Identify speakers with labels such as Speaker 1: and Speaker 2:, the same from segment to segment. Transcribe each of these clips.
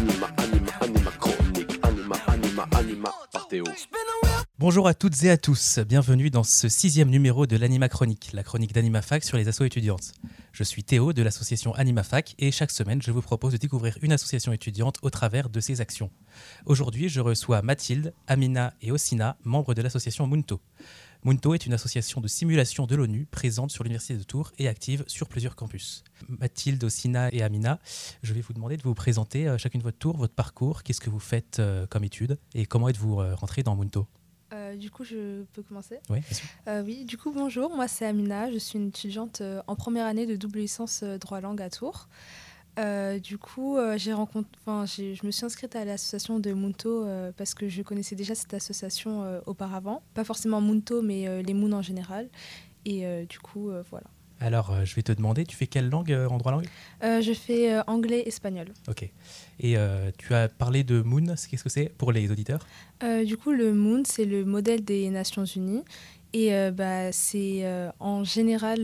Speaker 1: par Théo.
Speaker 2: Bonjour à toutes et à tous, bienvenue dans ce 6e numéro de l'Anima Chronique, la chronique d'AnimaFac sur les assos étudiantes. Je suis Théo de l'association AnimaFac et chaque semaine je vous propose de découvrir une association étudiante au travers de ses actions. Aujourd'hui je reçois Mathilde, Amina et Ossina, membres de l'association Moonto. Moonto est une association de simulation de l'ONU présente sur l'Université de Tours et active sur plusieurs campus. Mathilde, Ossina et Amina, je vais vous demander de vous présenter chacune votre tour, votre parcours, qu'est-ce que vous faites comme études et comment êtes-vous rentrée dans Moonto ?
Speaker 3: Du coup, je peux commencer ?
Speaker 2: Oui, bien sûr.
Speaker 3: Oui, du coup, bonjour, moi c'est Amina, je suis une étudiante en première année de double licence droit langue à Tours. Du coup, je me suis inscrite à l'association de Moonto parce que je connaissais déjà cette association auparavant. Pas forcément Moonto, mais les Moons en général. Et du coup, voilà.
Speaker 2: Alors, je vais te demander, tu fais quelle langue en droit langue ?
Speaker 3: Je fais anglais-espagnol.
Speaker 2: Ok. Et tu as parlé de Moon, qu'est-ce que c'est pour les auditeurs ?
Speaker 3: Du coup, le Moon, c'est le modèle des Nations Unies. Et c'est en général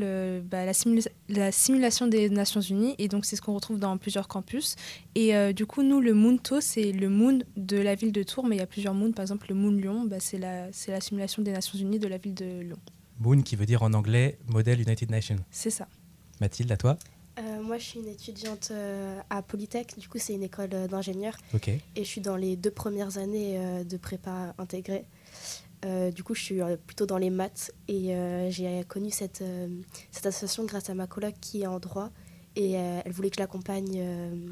Speaker 3: la simulation des Nations Unies. Et donc, c'est ce qu'on retrouve dans plusieurs campus. Et du coup, nous, le Moonto, c'est le Moon de la ville de Tours. Mais il y a plusieurs Moons. Par exemple, le Moon Lyon, c'est la simulation des Nations Unies de la ville de Lyon.
Speaker 2: Moon qui veut dire en anglais Model United Nations.
Speaker 3: C'est ça.
Speaker 2: Mathilde, à toi ?
Speaker 4: Moi, je suis une étudiante à Polytech. Du coup, c'est une école d'ingénieurs.
Speaker 2: Ok.
Speaker 4: Et je suis dans les 2 premières années de prépa intégrée. Du coup, je suis plutôt dans les maths. Et j'ai connu cette association grâce à ma coloc qui est en droit. Et elle voulait que je l'accompagne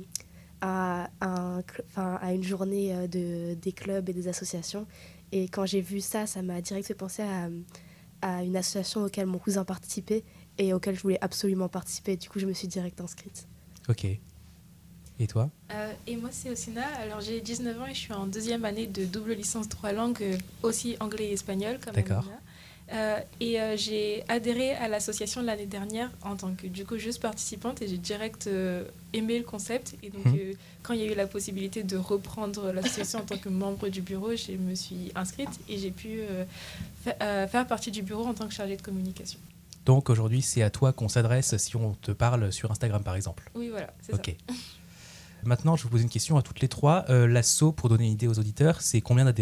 Speaker 4: à une journée des clubs et des associations. Et quand j'ai vu ça, ça m'a direct fait penser à une association auquel mon cousin participait et auquel je voulais absolument participer. Du coup, je me suis direct inscrite.
Speaker 2: Ok. Et toi ?
Speaker 5: Et moi, c'est Ossina. Alors, j'ai 19 ans et je suis en 2e année de double licence droit langue, aussi anglais et espagnol, comme
Speaker 2: D'accord.
Speaker 5: Amina. J'ai adhéré à l'association l'année dernière en tant que, du coup, juste participante et j'ai direct aimé le concept. Et donc, quand il y a eu la possibilité de reprendre l'association en tant que membre du bureau, je me suis inscrite et j'ai pu faire partie du bureau en tant que chargée de communication.
Speaker 2: Donc aujourd'hui, c'est à toi qu'on s'adresse si on te parle sur Instagram, par exemple.
Speaker 5: Oui, voilà, c'est
Speaker 2: ça. Maintenant, je vous pose une question à toutes les trois. L'asso, pour donner une idée aux auditeurs, c'est combien d'adhérents ?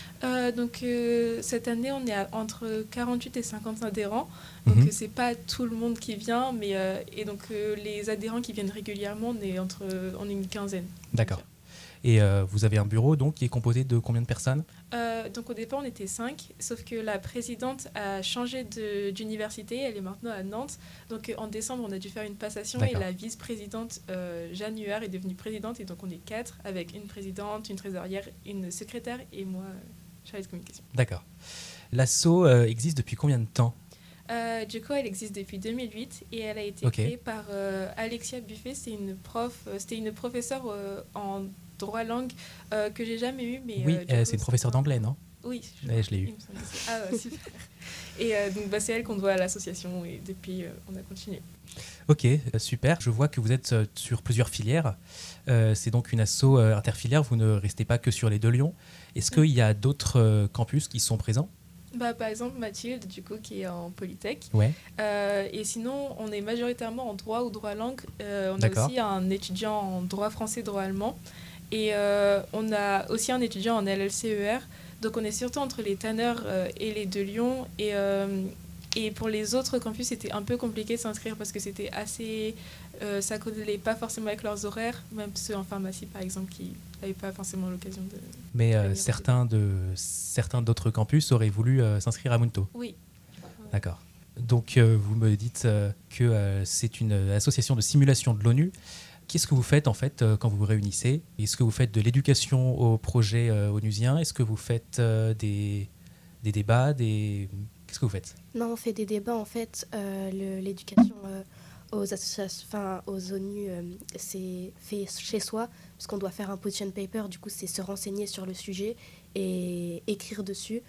Speaker 5: Cette année, on est entre 48 et 50 adhérents. Donc, c'est pas tout le monde qui vient, mais les adhérents qui viennent régulièrement, on est une quinzaine.
Speaker 2: D'accord. Et vous avez un bureau donc, qui est composé de combien de personnes ?
Speaker 5: Donc au départ, on était 5, sauf que la présidente a changé d'université, elle est maintenant à Nantes. Donc en décembre, on a dû faire une passation. D'accord. Et la vice-présidente, Jeanne Huard, est devenue présidente. Et donc on est 4, avec une présidente, une trésorière, une secrétaire et moi, chargée de communication.
Speaker 2: D'accord. L'asso existe depuis combien de temps ?
Speaker 5: Du coup, elle existe depuis 2008 et elle a été créée par Alexia Buffet. C'était une professeure en droit langue que j'ai jamais eue. Mais,
Speaker 2: oui, c'est une professeure d'anglais, non ?
Speaker 5: Oui,
Speaker 2: je l'ai eue.
Speaker 5: Super. Et donc, c'est elle qu'on doit à l'association et depuis, on a continué.
Speaker 2: Ok, super. Je vois que vous êtes sur plusieurs filières. C'est donc une asso interfilière. Vous ne restez pas que sur les 2 Lyon. Est-ce qu'il y a d'autres campus qui sont présents ?
Speaker 5: Par exemple, Mathilde, du coup, qui est en Polytech.
Speaker 2: Ouais.
Speaker 5: Et sinon, on est majoritairement en droit ou droit langue. On
Speaker 2: D'accord.
Speaker 5: a aussi un étudiant en droit français, droit allemand. Et on a aussi un étudiant en LLCER. Donc, on est surtout entre les tanneurs et les 2 Lyon. Et pour les autres campus, c'était un peu compliqué de s'inscrire parce que c'était assez... ça ne collait pas forcément avec leurs horaires, même ceux en pharmacie, par exemple, qui n'avaient pas forcément l'occasion de...
Speaker 2: Mais certains d'autres campus auraient voulu s'inscrire à Moonto.
Speaker 5: Oui.
Speaker 2: D'accord. Donc, vous me dites que c'est une association de simulation de l'ONU. Qu'est-ce que vous faites, en fait, quand vous vous réunissez ? Est-ce que vous faites de l'éducation au projet onusien ? Est-ce que vous faites des débats, Qu'est-ce que vous faites ?
Speaker 4: Non, on fait des débats, en fait. L'éducation aux associations, aux ONU, c'est fait chez soi, parce qu'on doit faire un position paper. Du coup, c'est se renseigner sur le sujet et écrire dessus.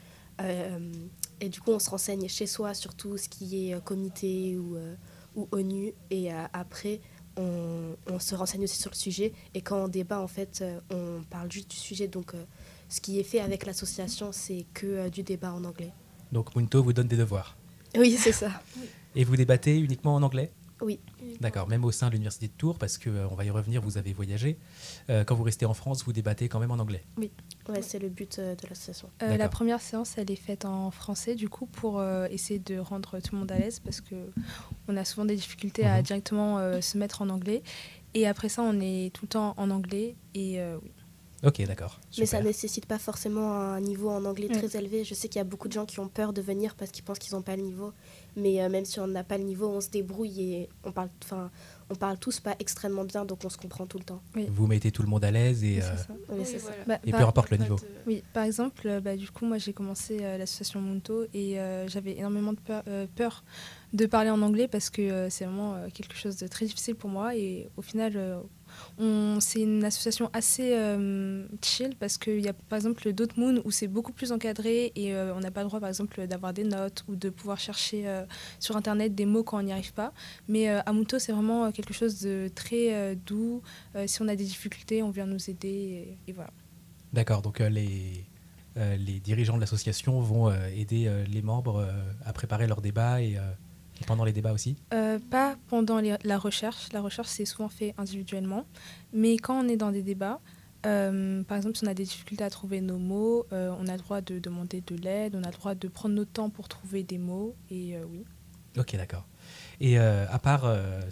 Speaker 4: Et du coup, on se renseigne chez soi sur tout ce qui est comité ou ONU. Et après, on se renseigne aussi sur le sujet. Et quand on débat, en fait, on parle juste du sujet. Donc, ce qui est fait avec l'association, c'est que du débat en anglais.
Speaker 2: Donc Moonto vous donne des devoirs.
Speaker 4: Oui, c'est ça.
Speaker 2: Et vous débattez uniquement en anglais ?
Speaker 4: Oui.
Speaker 2: D'accord, même au sein de l'université de Tours, parce qu'on va y revenir, vous avez voyagé. Quand vous restez en France, vous débattez quand même en anglais.
Speaker 4: Ouais, c'est le but de l'association.
Speaker 3: La
Speaker 2: D'accord.
Speaker 3: première séance, elle est faite en français, du coup, pour essayer de rendre tout le monde à l'aise, parce qu'on a souvent des difficultés à directement se mettre en anglais. Et après ça, on est tout le temps en anglais. Et oui.
Speaker 2: Ok, d'accord.
Speaker 4: Mais ça
Speaker 2: Super.
Speaker 4: nécessite pas forcément un niveau en anglais très élevé. Je sais qu'il y a beaucoup de gens qui ont peur de venir parce qu'ils pensent qu'ils n'ont pas le niveau. Mais même si on n'a pas le niveau, on se débrouille et on parle tous pas extrêmement bien, donc on se comprend tout le temps.
Speaker 2: Vous mettez tout le monde à l'aise et,
Speaker 3: C'est ça.
Speaker 4: Oui, c'est ça.
Speaker 3: Bah,
Speaker 2: et
Speaker 3: par-
Speaker 2: peu importe le niveau.
Speaker 3: Oui, par exemple, du coup, moi j'ai commencé l'association Munto et j'avais énormément de peur de parler en anglais parce que c'est vraiment quelque chose de très difficile pour moi. Et au final, c'est une association assez chill parce qu'il y a par exemple d'autres moons où c'est beaucoup plus encadré et on n'a pas le droit par exemple d'avoir des notes ou de pouvoir chercher sur internet des mots quand on n'y arrive pas. Mais à Munto, c'est vraiment quelque chose de très doux. Si on a des difficultés, on vient nous aider et voilà.
Speaker 2: D'accord, donc les dirigeants de l'association vont aider les membres à préparer leurs débats et pendant les débats aussi.
Speaker 3: Pas pendant la recherche. La recherche, c'est souvent fait individuellement. Mais quand on est dans des débats, par exemple, si on a des difficultés à trouver nos mots, on a le droit de demander de l'aide, on a le droit de prendre notre temps pour trouver des mots. Et oui.
Speaker 2: Ok, d'accord. Et à part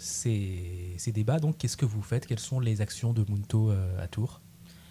Speaker 2: ces débats, donc, qu'est-ce que vous faites? Quelles sont les actions de Munto à Tours?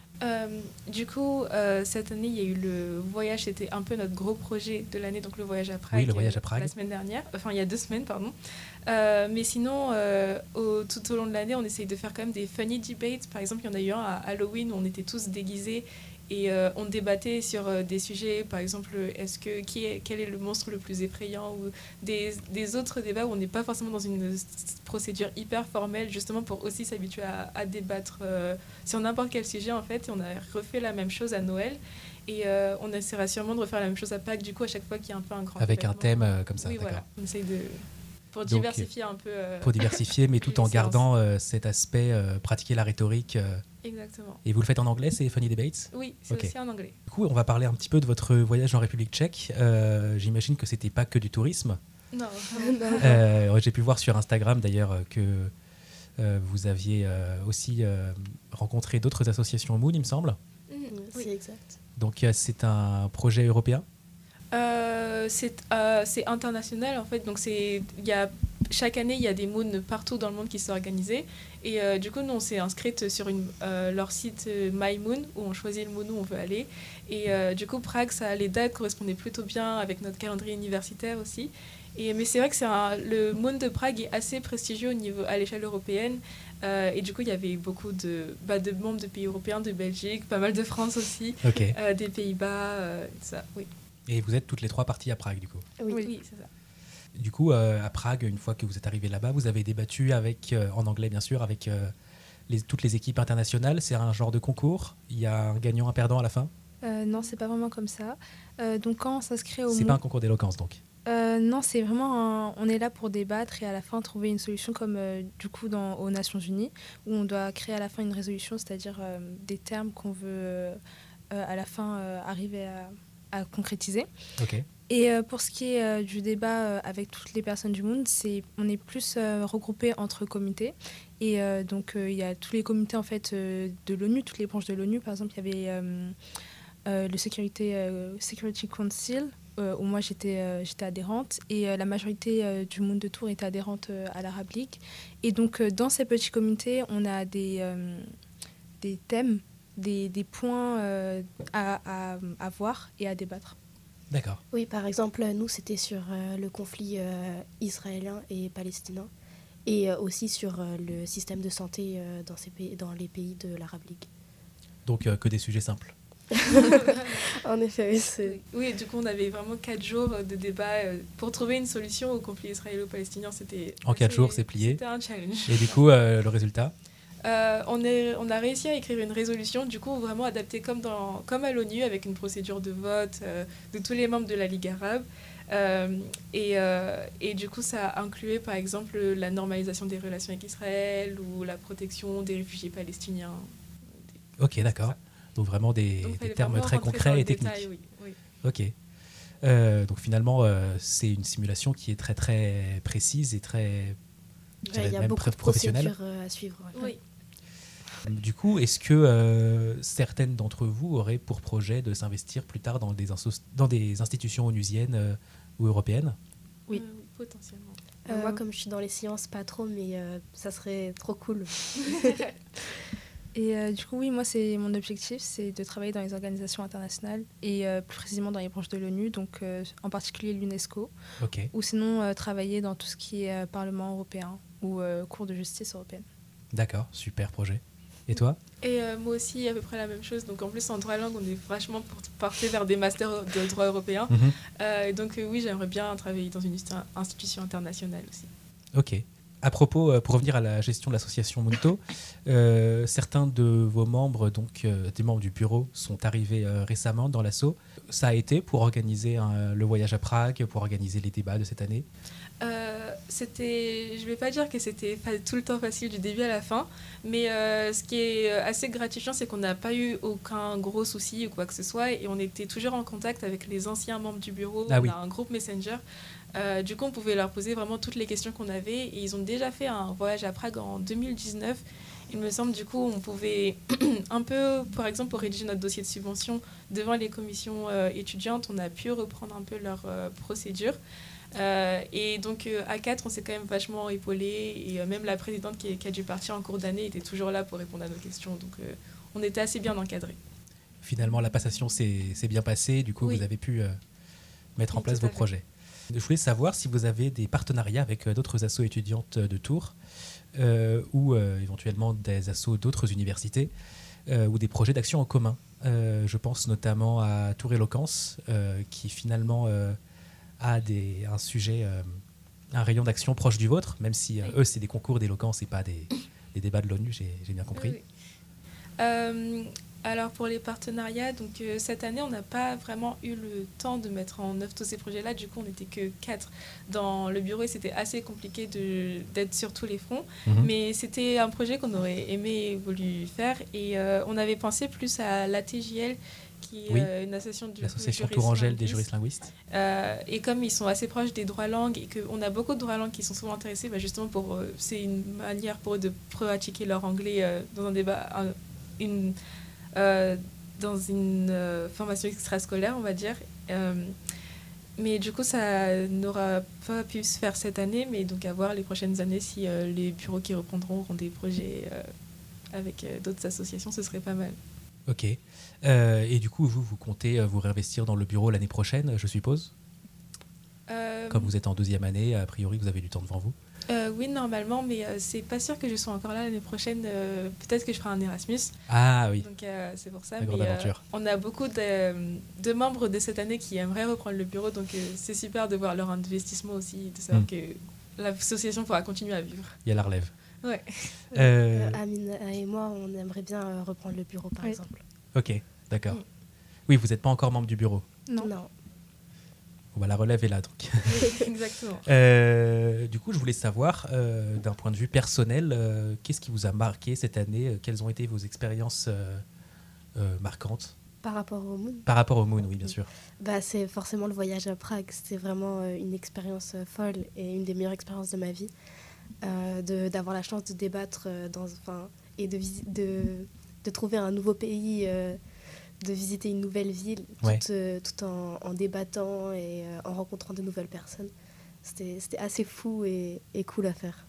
Speaker 5: Du coup, cette année, il y a eu le voyage, c'était un peu notre gros projet de l'année, donc le voyage à Prague.
Speaker 2: Oui, le voyage à Prague.
Speaker 5: La semaine dernière, enfin il y a 2 semaines, pardon. Mais sinon, tout au long de l'année, on essaye de faire quand même des funny debates. Par exemple, il y en a eu un à Halloween où on était tous déguisés et on débattait sur des sujets, par exemple, quel est le monstre le plus effrayant, ou des autres débats où on n'est pas forcément dans une procédure hyper formelle, justement pour aussi s'habituer à débattre sur n'importe quel sujet en fait. Et on a refait la même chose à Noël et on essaiera sûrement de refaire la même chose à Pâques, du coup, à chaque fois qu'il y a un peu un grand
Speaker 2: Avec un
Speaker 5: événement.
Speaker 2: thème comme ça,
Speaker 5: Oui,
Speaker 2: d'accord.
Speaker 5: voilà, on essaye pour
Speaker 2: Donc,
Speaker 5: diversifier un peu.
Speaker 2: Pour diversifier, mais tout
Speaker 5: les
Speaker 2: en
Speaker 5: séances.
Speaker 2: gardant cet aspect, pratiquer la rhétorique.
Speaker 5: Exactement.
Speaker 2: Et vous le faites en anglais, ces funny debates?
Speaker 5: Oui, c'est
Speaker 2: Ok.
Speaker 5: aussi en anglais.
Speaker 2: Du coup, on va parler un petit peu de votre voyage en République tchèque. J'imagine que c'était pas que du tourisme.
Speaker 5: Non, vraiment pas.
Speaker 2: J'ai pu voir sur Instagram d'ailleurs que vous aviez aussi rencontré d'autres associations Moon, il me semble.
Speaker 4: C'est exact.
Speaker 2: Donc c'est un projet européen.
Speaker 5: C'est international en fait, donc chaque année il y a des moons partout dans le monde qui sont organisés et du coup nous on s'est inscrite sur leur site My Moon où on choisit le moon où on veut aller et du coup Prague, les dates correspondaient plutôt bien avec notre calendrier universitaire aussi. Mais c'est vrai que le moon de Prague est assez prestigieux à l'échelle européenne. Et du coup, il y avait beaucoup de membres de pays européens, de Belgique, pas mal de France aussi,
Speaker 2: Ok.
Speaker 5: des Pays-Bas, ça, oui.
Speaker 2: Et vous êtes toutes les trois parties à Prague du coup.
Speaker 5: Oui, c'est ça.
Speaker 2: Du coup, à Prague, une fois que vous êtes arrivé là-bas, vous avez débattu en anglais bien sûr, avec toutes les équipes internationales. C'est un genre de concours. Il y a un gagnant, un perdant à la fin.
Speaker 3: Non, c'est pas vraiment comme ça. Donc quand on s'inscrit au
Speaker 2: C'est pas un concours d'éloquence donc.
Speaker 3: Non, c'est vraiment on est là pour débattre et à la fin trouver une solution comme du coup aux Nations Unies où on doit créer à la fin une résolution, c'est-à-dire des termes qu'on veut à la fin arriver à concrétiser.
Speaker 2: Ok.
Speaker 3: Et pour ce qui est du débat avec toutes les personnes du monde, on est plus regroupés entre comités. Et donc il y a tous les comités en fait de l'ONU, toutes les branches de l'ONU. Par exemple, il y avait le Security Council où moi j'étais adhérente et la majorité du monde de Tours était adhérente à l'Arab League. Et donc dans ces petits comités, on a des thèmes, des points à voir et à débattre.
Speaker 2: D'accord.
Speaker 4: Oui, par exemple, nous, c'était sur le conflit israélien et palestinien et aussi sur le système de santé dans les pays de l'Arab League.
Speaker 2: Donc que des sujets simples.
Speaker 4: En effet,
Speaker 5: oui, et du coup, on avait vraiment 4 jours de débat pour trouver une solution au conflit israélo-palestinien.
Speaker 2: En 4 jours, c'est plié.
Speaker 5: C'était un challenge.
Speaker 2: Et du coup, le résultat?
Speaker 5: On a réussi à écrire une résolution, du coup, vraiment adaptée comme à l'ONU, avec une procédure de vote de tous les membres de la Ligue arabe. Et du coup, ça incluait, par exemple, la normalisation des relations avec Israël ou la protection des réfugiés palestiniens.
Speaker 2: Ok, d'accord. Donc vraiment des termes très concrets et techniques.
Speaker 5: Détail, oui.
Speaker 2: Ok. Donc finalement, c'est une simulation qui est très très précise et très je dirais
Speaker 4: Il y a
Speaker 2: même
Speaker 4: beaucoup de
Speaker 2: professionnelle.
Speaker 4: procédures à suivre. Ouais.
Speaker 5: Oui.
Speaker 2: Du coup, est-ce que certaines d'entre vous auraient pour projet de s'investir plus tard dans dans des institutions onusiennes ou européennes?
Speaker 4: Oui.
Speaker 5: Potentiellement.
Speaker 4: Moi, comme je suis dans les sciences, pas trop, mais ça serait trop cool.
Speaker 3: Et du coup, oui, moi, c'est mon objectif, c'est de travailler dans les organisations internationales et plus précisément dans les branches de l'ONU, donc en particulier l'UNESCO,
Speaker 2: Ok,
Speaker 3: ou sinon travailler dans tout ce qui est Parlement européen ou Cour de justice européenne.
Speaker 2: d'accord, super projet. Et toi?
Speaker 5: Et moi aussi, à peu près la même chose. Donc en plus, en droit langue, on est vachement porté vers des masters de droit européen.
Speaker 2: Mhm.
Speaker 5: Et donc oui, j'aimerais bien travailler dans une institution internationale aussi.
Speaker 2: Ok. À propos, pour revenir à la gestion de l'association Munto, certains de vos membres, donc des membres du bureau, sont arrivés récemment dans l'asso. Ça a été pour organiser le voyage à Prague, pour organiser les débats de cette année?
Speaker 5: Je vais pas dire que c'était tout le temps facile du début à la fin, mais ce qui est assez gratifiant, c'est qu'on n'a pas eu aucun gros souci ou quoi que ce soit, et on était toujours en contact avec les anciens membres du bureau.
Speaker 2: Ah
Speaker 5: on
Speaker 2: oui.
Speaker 5: a un groupe Messenger. Du coup, on pouvait leur poser vraiment toutes les questions qu'on avait, et ils ont déjà fait un voyage à Prague en 2019. Il me semble, du coup, on pouvait un peu, par exemple, pour rédiger notre dossier de subvention devant les commissions étudiantes, on a pu reprendre un peu leur procédure. Et donc à 4, on s'est quand même vachement épaulé, et même la présidente qui a dû partir en cours d'année était toujours là pour répondre à nos questions, donc on était assez bien encadrés.
Speaker 2: Finalement, la passation s'est bien passée, du coup,
Speaker 5: Oui.
Speaker 2: vous avez pu mettre en
Speaker 5: Oui,
Speaker 2: place
Speaker 5: tout à
Speaker 2: vos
Speaker 5: fait.
Speaker 2: projets. Je voulais savoir si vous avez des partenariats avec d'autres assos étudiantes de Tours ou éventuellement des assos d'autres universités ou des projets d'action en commun. Je pense notamment à Tours Éloquence qui finalement a un sujet, un rayon d'action proche du vôtre, même si eux, c'est des concours d'éloquence et pas des débats de l'ONU, j'ai bien compris.
Speaker 5: Oui. Alors pour les partenariats, donc cette année on n'a pas vraiment eu le temps de mettre en œuvre tous ces projets-là. Du coup on n'était que 4 dans le bureau et c'était assez compliqué d'être sur tous les fronts.
Speaker 2: Mhm.
Speaker 5: Mais c'était un projet qu'on aurait aimé et voulu faire, et on avait pensé plus à l'ATJL, qui est
Speaker 2: Oui,
Speaker 5: une association de
Speaker 2: l'association
Speaker 5: juristes
Speaker 2: Tourangelle des
Speaker 5: linguistes.
Speaker 2: juristes linguistes.
Speaker 5: Et comme ils sont assez proches des droits langues et qu'on a beaucoup de droits langues qui sont souvent intéressés, justement c'est une manière pour eux de pratiquer leur anglais dans un débat, dans une formation extrascolaire, on va dire. Mais du coup, ça n'aura pas pu se faire cette année, mais donc à voir les prochaines années si les bureaux qui reprendront auront des projets avec d'autres associations, ce serait pas mal.
Speaker 2: Ok. Et du coup, vous comptez vous réinvestir dans le bureau l'année prochaine, je suppose? Comme vous êtes en deuxième année, a priori, vous avez du temps devant vous.
Speaker 5: Oui, normalement, mais c'est pas sûr que je sois encore là l'année prochaine. Peut-être que je ferai un Erasmus.
Speaker 2: Ah oui,
Speaker 5: Donc c'est pour ça.
Speaker 2: la grande aventure.
Speaker 5: On a beaucoup de membres de cette année qui aimeraient reprendre le bureau, donc c'est super de voir leur investissement aussi, de savoir que l'association pourra continuer à vivre.
Speaker 2: Il y a la relève.
Speaker 5: Ouais.
Speaker 4: Amine et moi, on aimerait bien reprendre le bureau, par exemple.
Speaker 2: Ok, d'accord. Oui, vous n'êtes pas encore membre du bureau.
Speaker 3: Non.
Speaker 2: Bon, bah, la relève est là, donc.
Speaker 5: Exactement.
Speaker 2: Du coup, je voulais savoir, d'un point de vue personnel, qu'est-ce qui vous a marqué cette année? Quelles ont été vos expériences marquantes?
Speaker 4: Par rapport au Moon,
Speaker 2: Par rapport au Moon, oui, bien sûr.
Speaker 4: c'est forcément le voyage à Prague. C'était vraiment une expérience folle et une des meilleures expériences de ma vie. D'avoir la chance de débattre et de trouver un nouveau pays, de visiter une nouvelle ville, tout en débattant et en rencontrant de nouvelles personnes. C'était assez fou et cool à faire.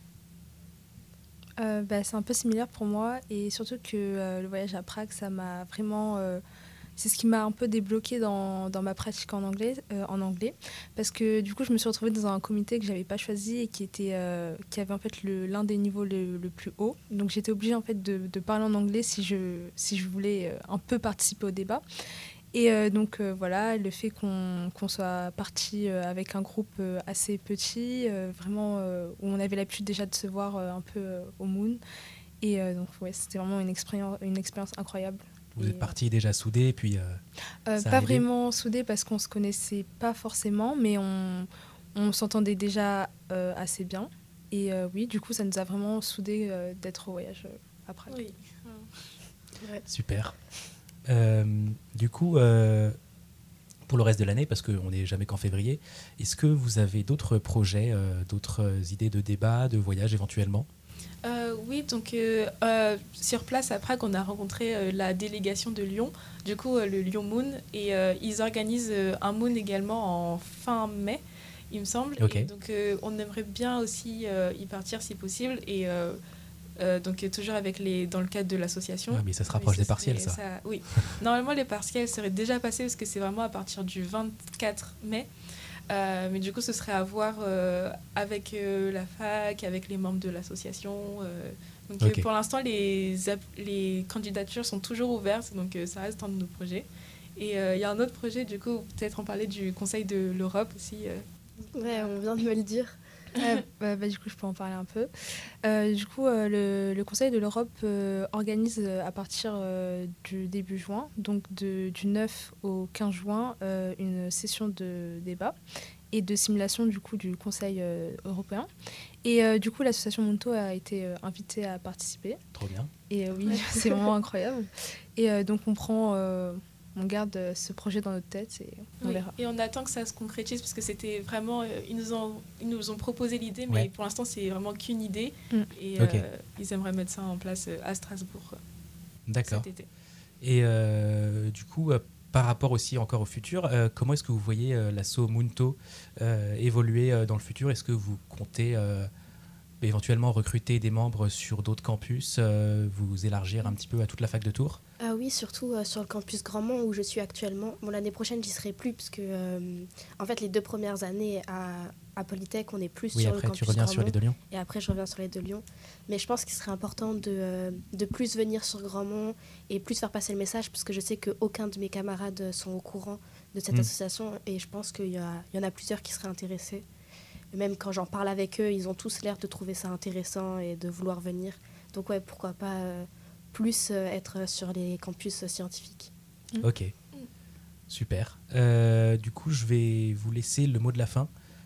Speaker 3: C'est un peu similaire pour moi, et surtout que le voyage à Prague, ça m'a vraiment... c'est ce qui m'a un peu débloqué dans ma pratique en anglais, parce que du coup, je me suis retrouvée dans un comité que je n'avais pas choisi et qui avait en fait l'un des niveaux le plus haut. Donc j'étais obligée en fait de parler en anglais si je voulais un peu participer au débat. Et voilà, le fait qu'on soit parti avec un groupe assez petit, vraiment où on avait l'habitude déjà de se voir un peu au Moon. Et c'était vraiment une expérience incroyable.
Speaker 2: Vous êtes partis déjà soudés, puis
Speaker 3: pas vraiment soudés parce qu'on se connaissait pas forcément, mais on s'entendait déjà assez bien. Et oui, du coup, ça nous a vraiment soudés d'être au voyage à Prague.
Speaker 5: Oui.
Speaker 2: Super. Du coup, pour le reste de l'année, parce qu'on n'est jamais qu'en février. Est-ce que vous avez d'autres projets, d'autres idées de débat, de voyage éventuellement ?
Speaker 5: Oui, donc sur place à Prague, on a rencontré la délégation de Lyon, du coup le Lyon Moon, et ils organisent un Moon également en fin mai, il me semble.
Speaker 2: Okay.
Speaker 5: Et donc on aimerait bien aussi y partir si possible, et donc toujours dans le cadre de l'association.
Speaker 2: Ah, mais ça se rapproche des partiels, ça.
Speaker 5: Oui, normalement les partiels seraient déjà passés parce que c'est vraiment à partir du 24 mai. Mais du coup, ce serait à voir avec la fac, avec les membres de l'association. Donc,
Speaker 2: okay.
Speaker 5: Pour l'instant, les candidatures sont toujours ouvertes, donc ça reste un de nos projets. Et il y a un autre projet, du coup, peut-être en parler du Conseil de l'Europe aussi.
Speaker 4: Ouais, on vient de me le dire.
Speaker 3: Du coup, je peux en parler un peu. Le Conseil de l'Europe organise à partir du début juin, donc du 9 au 15 juin, une session de débat et de simulation du Conseil européen. Et du coup, l'association Munto a été invitée à participer.
Speaker 2: Trop bien.
Speaker 3: Et oui, c'est vraiment incroyable. Et donc, on garde ce projet dans notre tête et on verra.
Speaker 5: Et on attend que ça se concrétise parce que c'était vraiment... ils nous ont proposé l'idée, mais pour l'instant, c'est vraiment qu'une idée. Et ils aimeraient mettre ça en place à Strasbourg.
Speaker 2: D'accord.
Speaker 5: Cet été.
Speaker 2: Et du coup, par rapport aussi encore au futur, comment est-ce que vous voyez l'asso Munto évoluer dans le futur ? Est-ce que vous comptez éventuellement recruter des membres sur d'autres campus, vous élargir un petit peu à toute la fac de Tours ?
Speaker 4: Ah oui, surtout sur le campus Grandmont où je suis actuellement. Bon, l'année prochaine, j'y serai plus parce que en fait, les 2 premières années à Polytech, on est plus sur le campus Grandmont. Oui, après, tu reviens
Speaker 2: sur les de Lyon.
Speaker 4: Et après, je reviens sur les de Lyon. Mais je pense qu'il serait important de plus venir sur Grandmont et plus faire passer le message parce que je sais qu'aucun de mes camarades sont au courant de cette association et je pense qu'il y en a plusieurs qui seraient intéressés. Et même quand j'en parle avec eux, ils ont tous l'air de trouver ça intéressant et de vouloir venir. Donc ouais, pourquoi pas plus être sur les campus scientifiques.
Speaker 2: Ok, super. Du coup, je vais vous laisser le mot de la fin.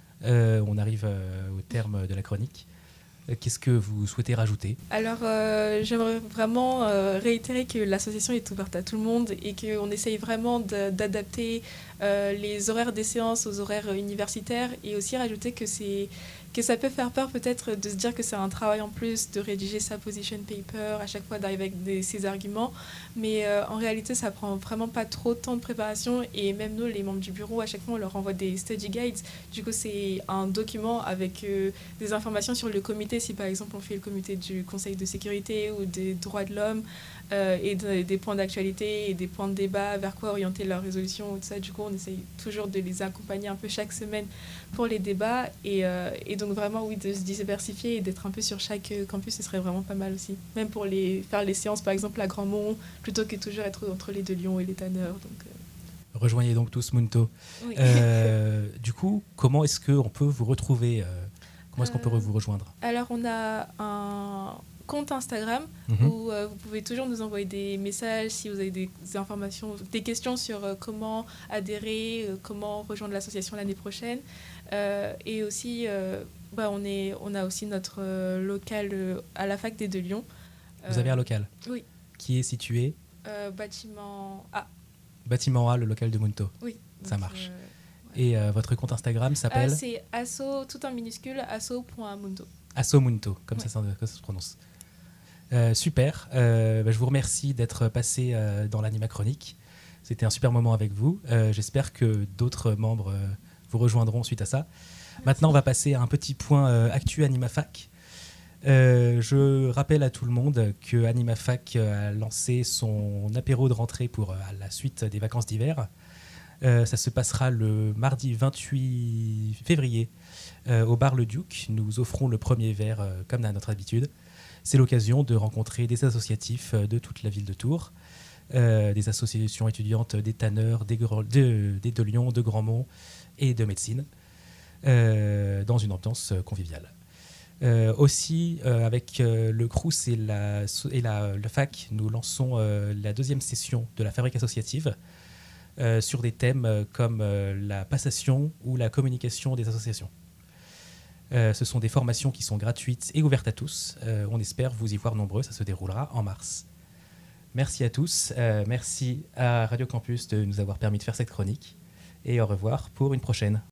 Speaker 2: On arrive au terme de la chronique. Qu'est-ce que vous souhaitez rajouter ?
Speaker 5: Alors, j'aimerais vraiment réitérer que l'association est ouverte à tout le monde et qu'on essaye vraiment d'adapter les horaires des séances aux horaires universitaires et aussi rajouter que ça peut faire peur peut-être de se dire que c'est un travail en plus de rédiger sa position paper, à chaque fois d'arriver avec ses arguments. Mais en réalité, ça prend vraiment pas trop de temps de préparation et même nous, les membres du bureau, à chaque fois, on leur envoie des study guides. Du coup, c'est un document avec des informations sur le comité, si par exemple on fait le comité du Conseil de sécurité ou des droits de l'homme et des points d'actualité et des points de débat, vers quoi orienter leur résolution ou tout ça. Du coup, on essaye toujours de les accompagner un peu chaque semaine pour les débats et donc vraiment, oui, de se diversifier et d'être un peu sur chaque campus, ce serait vraiment pas mal aussi. Même pour faire les séances, par exemple, à Grandmont, plutôt que toujours être entre les de Lyon et les tanneurs. Donc,
Speaker 2: Rejoignez donc tous Munto.
Speaker 5: Oui.
Speaker 2: Du coup, comment est-ce qu'on peut vous retrouver Comment est-ce qu'on peut vous rejoindre ?
Speaker 5: Alors, on a un compte Instagram où vous pouvez toujours nous envoyer des messages si vous avez des informations, des questions sur comment adhérer, comment rejoindre l'association l'année prochaine. Et aussi, on a aussi notre local à la fac des de Lyon.
Speaker 2: Vous avez un local ?
Speaker 5: Oui.
Speaker 2: Qui est situé ?
Speaker 5: Bâtiment A.
Speaker 2: Bâtiment A, le local de Munto.
Speaker 5: Oui.
Speaker 2: Ça marche. Et votre compte Instagram s'appelle ?
Speaker 5: C'est asso, tout en minuscule, asso.munto.
Speaker 2: Asso Munto, comme ça se prononce. Super. Je vous remercie d'être passé dans l'Anima Chronique. C'était un super moment avec vous. J'espère que d'autres membres vous rejoindront suite à ça. Maintenant, on va passer à un petit point actu AnimaFac. Je rappelle à tout le monde que AnimaFac a lancé son apéro de rentrée pour la suite des vacances d'hiver. Ça se passera le mardi 28 février au bar Le Duc. Nous offrons le premier verre comme à notre habitude. C'est l'occasion de rencontrer des associatifs de toute la ville de Tours, des associations étudiantes des tanneurs, des de Lyon, de Grandmont et de médecine, dans une ambiance conviviale. Aussi, avec le Crous et la fac, nous lançons la deuxième session de la fabrique associative sur des thèmes comme la passation ou la communication des associations. Ce sont des formations qui sont gratuites et ouvertes à tous. On espère vous y voir nombreux. Ça se déroulera en mars. Merci à tous. Merci à Radio Campus de nous avoir permis de faire cette chronique. et au revoir pour une prochaine.